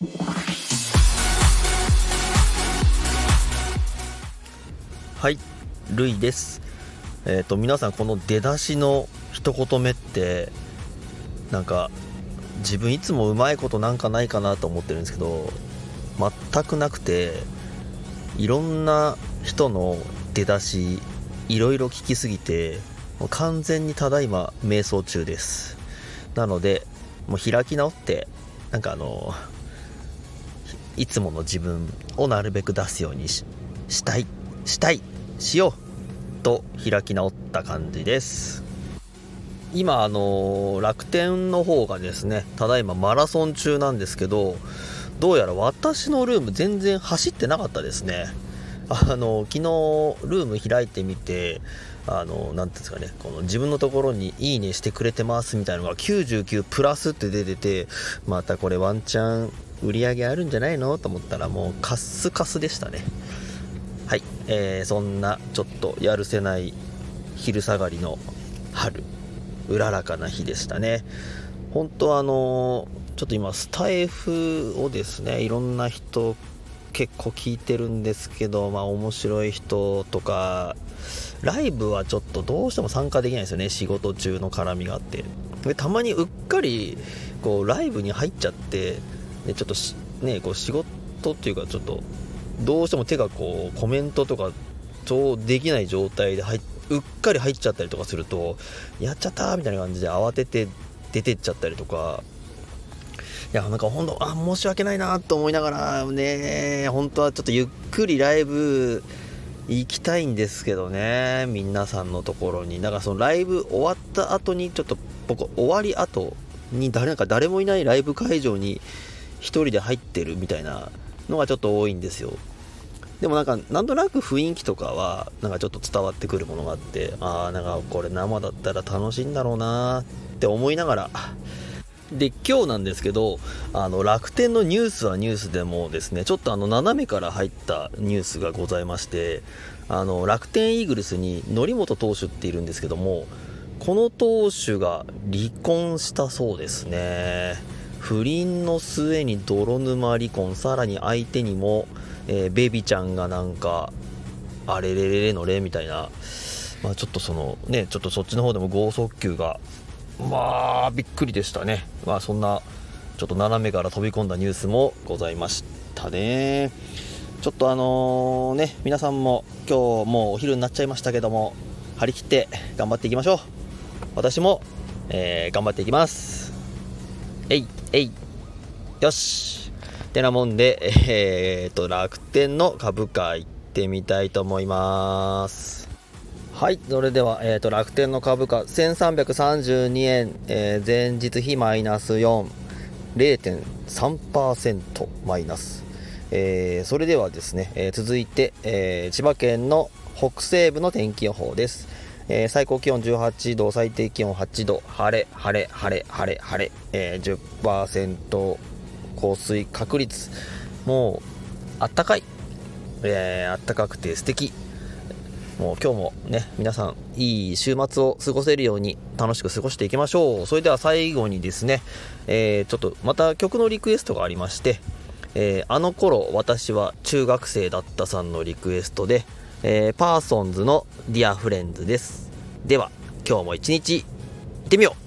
はい、ルイです。皆さんこの出だしの一言目ってなんか自分いつもうまいことなんかないかなと思ってるんですけど、全くなくて、いろんな人の出だしいろいろ聞きすぎて、もう完全にただいま瞑想中です。なのでもう開き直っていつもの自分をなるべく出すようにしたいしようと開き直った感じです。今楽天の方がですね、ただいまマラソン中なんですけど、どうやら私のルーム全然走ってなかったですね。昨日ルーム開いてみて、なんていうんですかね、この自分のところにいいねしてくれてますみたいなのが99プラスって出てて、またこれワンチャン売り上げあるんじゃないのと思ったら、もうカッスカスでしたね。はい、そんなちょっとやるせない昼下がりの春うららかな日でしたね。本当ちょっと今スタイフをですね、いろんな人結構聞いてるんですけど、面白い人とかライブはちょっとどうしても参加できないですよね。仕事中の絡みがあって、でたまにうっかりこうライブに入っちゃって、でちょっとこう仕事っていうか、ちょっとどうしても手がこうコメントとかできない状態でうっかり入っちゃったりとかすると、やっちゃったみたいな感じで慌てて出てっちゃったりとか、いや本当申し訳ないなと思いながらね、本当はちょっとゆっくりライブ行きたいんですけどね、皆さんのところに。そのライブ終わった後にちょっと僕終わり後に誰もいないライブ会場に一人で入ってるみたいなのがちょっと多いんですよ。でもなんとなく雰囲気とかはちょっと伝わってくるものがあって、これ生だったら楽しいんだろうなって思いながら、で今日なんですけど、楽天のニュースはニュースでもですね、ちょっと斜めから入ったニュースがございまして、楽天イーグルスに則本投手っているんですけども、この投手が離婚したそうですね。不倫の末に泥沼離婚、さらに相手にも、ベビちゃんがあれれれれのれみたいな、ちょっとちょっとそっちの方でも剛速球がびっくりでしたね。そんなちょっと斜めから飛び込んだニュースもございましたね。ちょっと皆さんも今日もうお昼になっちゃいましたけども、張り切って頑張っていきましょう。私も、頑張っていきます。よしてなもんで、楽天の株価行ってみたいと思います。はい、それでは、楽天の株価1332円、前日比マイナス4、0.3% マイナス。それではですね、続いて、千葉県の北西部の天気予報です。最高気温18度、最低気温8度、晴れ、10% 降水確率、もうあったかい、あったかくて素敵。もう今日もね、皆さんいい週末を過ごせるように楽しく過ごしていきましょう。それでは最後にですね、ちょっとまた曲のリクエストがありまして、あの頃私は中学生だったさんのリクエストで、パーソンズのディアフレンズです。では今日も一日行ってみよう。